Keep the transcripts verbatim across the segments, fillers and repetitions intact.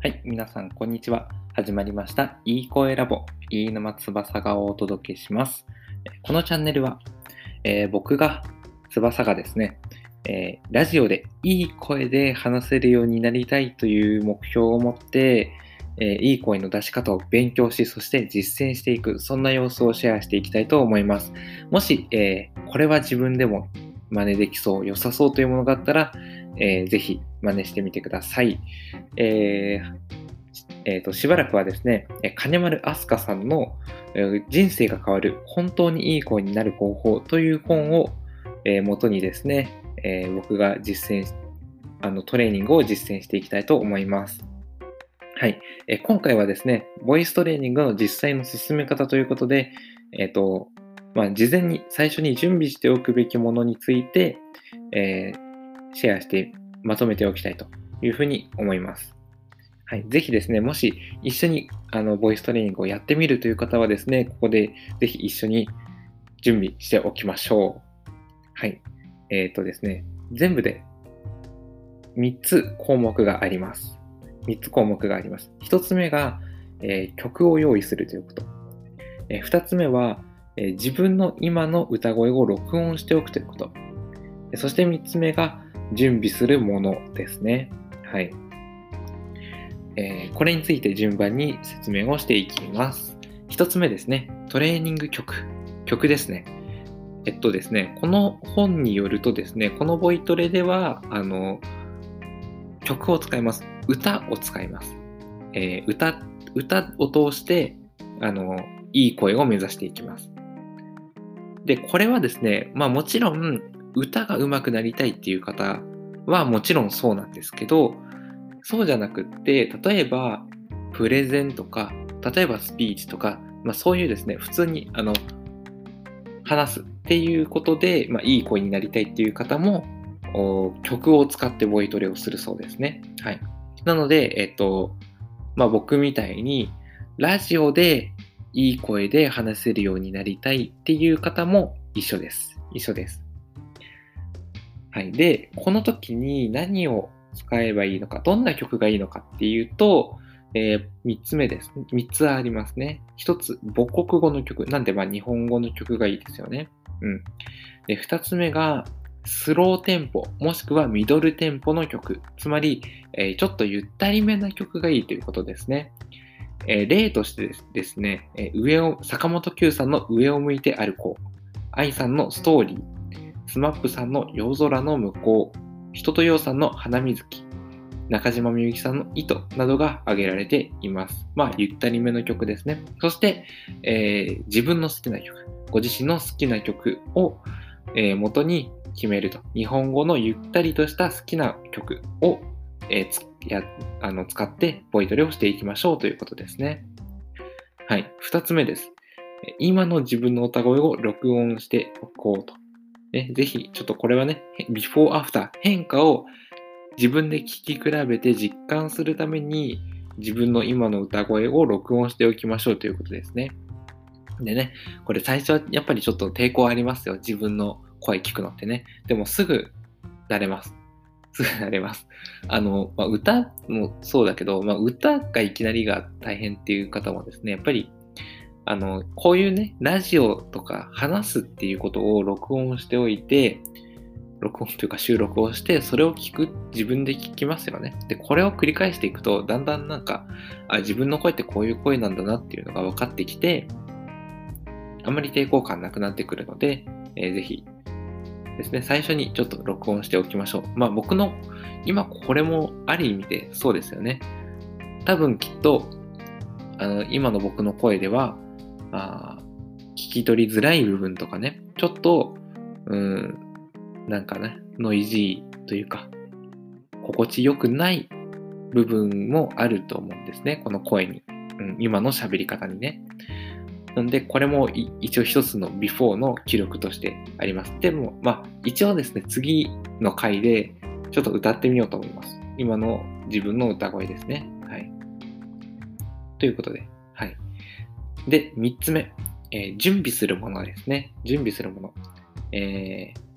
はい、皆さん、こんにちは。始まりました。いい声ラボ、飯沼翼がお届けします。このチャンネルは、えー僕が、翼がですね、えーラジオでいい声で話せるようになりたいという目標を持って、えーいい声の出し方を勉強し、そして実践していく、そんな様子をシェアしていきたいと思います。もし、えーこれは自分でも真似できそう、良さそうというものがあったら、えーぜひ真似してみてください。えーえーと、しばらくはですね、え金丸飛鳥さんの、えー人生が変わる本当にいい声になる方法という本を、えー元にですね、えー僕が実践しあのトレーニングを実践していきたいと思います。はい、えー今回はですね、ボイストレーニングの実際の進め方ということで、えーとまあ、事前に最初に準備しておくべきものについて、えーシェアしてまとめておきたいというふうに思います。はい、ぜひですね、もし一緒にあのボイストレーニングをやってみるという方はですね、ここでぜひ一緒に準備しておきましょう。はい。えっ、とですね、全部でみっつ項目があります。みっつ項目があります。ひとつめが、えー曲を用意するということ。えー、ふたつめは、えー自分の今の歌声を録音しておくということ。そしてみっつめが準備するものですね。はい。えーこれについて順番に説明をしていきます。ひとつめですね、トレーニング曲。曲ですね。えっとですね、この本によるとですね、このボイトレでは、あの、曲を使います。歌を使います。えー歌、歌を通して、あの、いい声を目指していきます。で、これはですね、まあもちろん、歌が上手くなりたいっていう方はもちろんそうなんですけど、そうじゃなくって、例えばプレゼンとか、例えばスピーチとか、まあ、そういうですね、普通にあの話すっていうことで、まあ、いい声になりたいっていう方も、お曲を使ってボイトレをするそうですね。はい。なので、えっと、まあ、僕みたいに、ラジオでいい声で話せるようになりたいっていう方も一緒です。一緒です。はい。で、この時に何を使えばいいのか、どんな曲がいいのかっていうと、えー、みっつめです。みっつありますね。ひとつ、母国語の曲。なんで、まあ、日本語の曲がいいですよね。うん。で、ふたつめが、スローテンポ、もしくはミドルテンポの曲。つまり、えーちょっとゆったりめな曲がいいということですね。えー例としてですですね、えー上を、坂本九さんの上を向いて歩こう。愛さんのストーリー。スマップさんの夜空の向こう、人とようさんの花水木、中島みゆきさんの糸などが挙げられています。まあ、ゆったりめの曲ですね。そして、えー自分の好きな曲、ご自身の好きな曲を、えー元に決めると。日本語のゆったりとした好きな曲を、えーつやあの使ってボイトレをしていきましょうということですね。はい。二つ目です。今の自分の歌声を録音しておこうと。ね、ぜひ、ちょっとこれはね、ビフォーアフター、変化を自分で聴き比べて実感するために、自分の今の歌声を録音しておきましょうということですね。でね、これ最初はやっぱりちょっと抵抗ありますよ。自分の声聞くのってね。でもすぐ慣れます。すぐ慣れます。あの、まあ、歌もそうだけど、まあ、歌がいきなりが大変っていう方もですね、やっぱりあの、こういうね、ラジオとか話すっていうことを録音しておいて、録音というか収録をして、それを聞く、自分で聞きますよね。で、これを繰り返していくと、だんだんなんか、あ、自分の声ってこういう声なんだなっていうのが分かってきて、あんまり抵抗感なくなってくるので、えーぜひですね、最初にちょっと録音しておきましょう。まあ僕の、今これもある意味でそうですよね。多分きっと、あの、今の僕の声では、あ聞き取りづらい部分とかね、ちょっと、うん、なんかね、ノイジーというか、心地よくない部分もあると思うんですね、この声に。うん、今の喋り方にね。なんで、これも一応一つのビフォーの記録としてあります。でも、まあ、一応ですね、次の回でちょっと歌ってみようと思います。今の自分の歌声ですね。はい。ということで、はい。で、みっつめ、えー準備するものですね。準備するもの。えー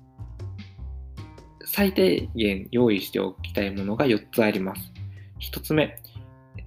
最低限用意しておきたいものがよっつあります。ひとつめ、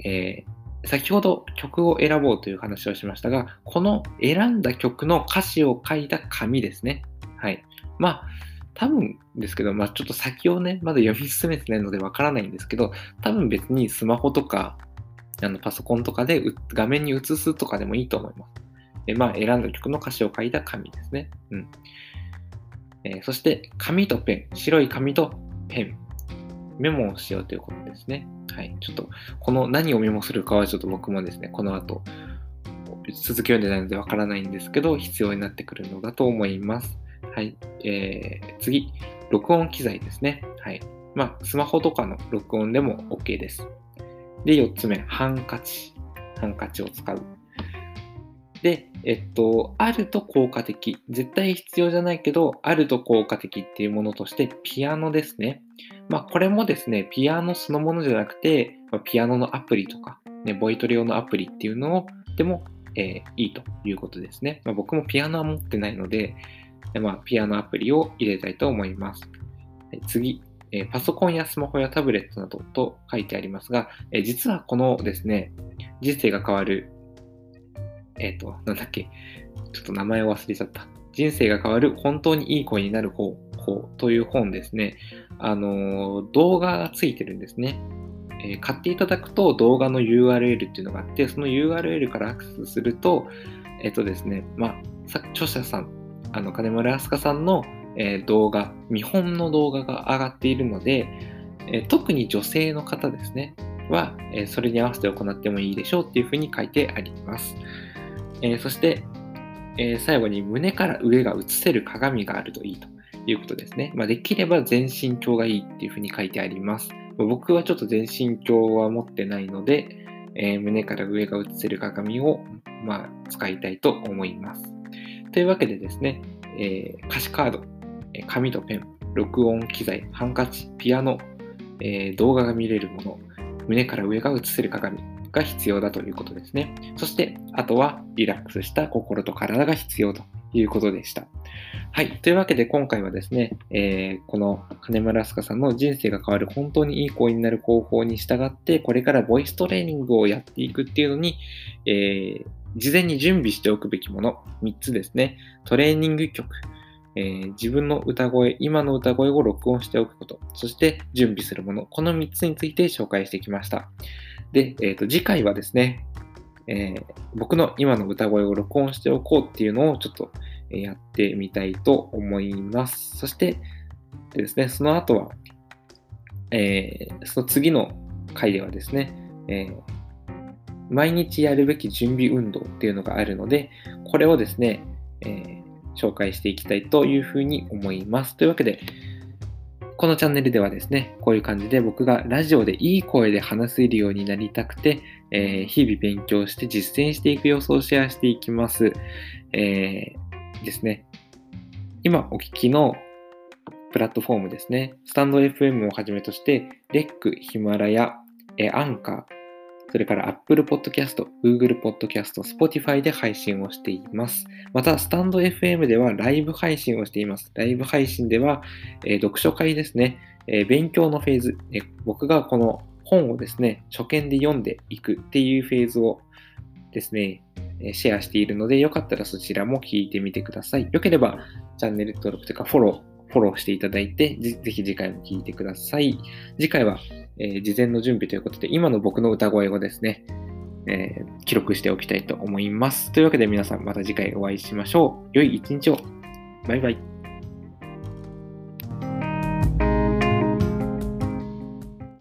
えー先ほど曲を選ぼうという話をしましたが、この選んだ曲の歌詞を書いた紙ですね。はい。まあ、多分ですけど、まあちょっと先をね、まだ読み進めてないのでわからないんですけど、多分別にスマホとか、あのパソコンとかで画面に映すとかでもいいと思います。えまあ選んだ曲の歌詞を書いた紙ですね。うんえー、そして紙とペン、白い紙とペン、メモをしようということですね。はい。ちょっと、この何をメモするかはちょっと僕もですね、この後、続き読んでないのでわからないんですけど、必要になってくるのだと思います。はい。えー、次、録音機材ですね。はい。まあ、スマホとかの録音でも OK です。で、よっつめ、ハンカチ。ハンカチを使う。で、えっと、あると効果的。絶対必要じゃないけど、あると効果的っていうものとして、ピアノですね。まあ、これもですね、ピアノそのものじゃなくて、ピアノのアプリとか、ね、ボイトレ用のアプリっていうのを、でも、えー、いいということですね。まあ、僕もピアノは持ってないので、まあ、ピアノアプリを入れたいと思います。はい、次、えー、パソコンやスマホやタブレットなどと書いてありますが、えー、実はこのですね、人生が変わるえっ、ー、と、なんだっけ、ちょっと名前を忘れちゃった。人生が変わる本当にいい声になる方法という本ですね。あのー、動画がついてるんですね、えー。買っていただくと動画の ユーアールエル っていうのがあって、その ユーアールエル からアクセスすると、えっ、ー、とですね、まあ、著者さん、あの、金村飛鳥さんの、えー、動画、見本の動画が上がっているので、えー、特に女性の方ですね、は、えー、それに合わせて行ってもいいでしょうっていうふうに書いてあります。えー、そして、えー、最後に胸から上が映せる鏡があるといいということですね。まあ、できれば全身鏡がいいっていうふうに書いてあります。僕はちょっと全身鏡は持ってないので、えー、胸から上が映せる鏡を、まあ、使いたいと思います。というわけでですね、えー、歌詞カード、紙とペン、録音機材、ハンカチ、ピアノ、えー、動画が見れるもの、胸から上が映せる鏡が必要だということですね。そして、あとはリラックスした心と体が必要ということでした。はい。というわけで今回はですね、えー、この金村飛鳥さんの人生が変わる本当にいい声になる方法に従って、これからボイストレーニングをやっていくっていうのに、えー、事前に準備しておくべきものみっつですね。トレーニング曲。えー、自分の歌声、今の歌声を録音しておくこと、そして準備するもの、このみっつについて紹介してきました。で、えーと、次回はですね、えー、僕の今の歌声を録音しておこうっていうのをちょっとやってみたいと思います。そしてでですね、その後は、えー、その次の回ではですね、えー、毎日やるべき準備運動っていうのがあるので、これをですね、えー紹介していきたいというふうに思います。というわけで、このチャンネルではですね、こういう感じで僕がラジオでいい声で話せるようになりたくて、えー、日々勉強して実践していく様子をシェアしていきます。えー、ですね。今お聞きのプラットフォームですね。スタンド エフエム をはじめとして、レック、ヒマラヤ、えー、アンカー、それから Apple Podcast、Google Podcast、Spotify で配信をしています。また、スタンド エフエム ではライブ配信をしています。ライブ配信では、えー、読書会ですね、えー、勉強のフェーズ、えー、僕がこの本をですね、初見で読んでいくっていうフェーズをですね、シェアしているので、よかったらそちらも聞いてみてください。よければ、チャンネル登録というかフォロー、フォローしていただいて、ぜひ次回も聞いてください。次回は、えー、事前の準備ということで、今の僕の歌声をですね、えー、記録しておきたいと思います。というわけで皆さんまた次回お会いしましょう。良い一日を。バイバイ。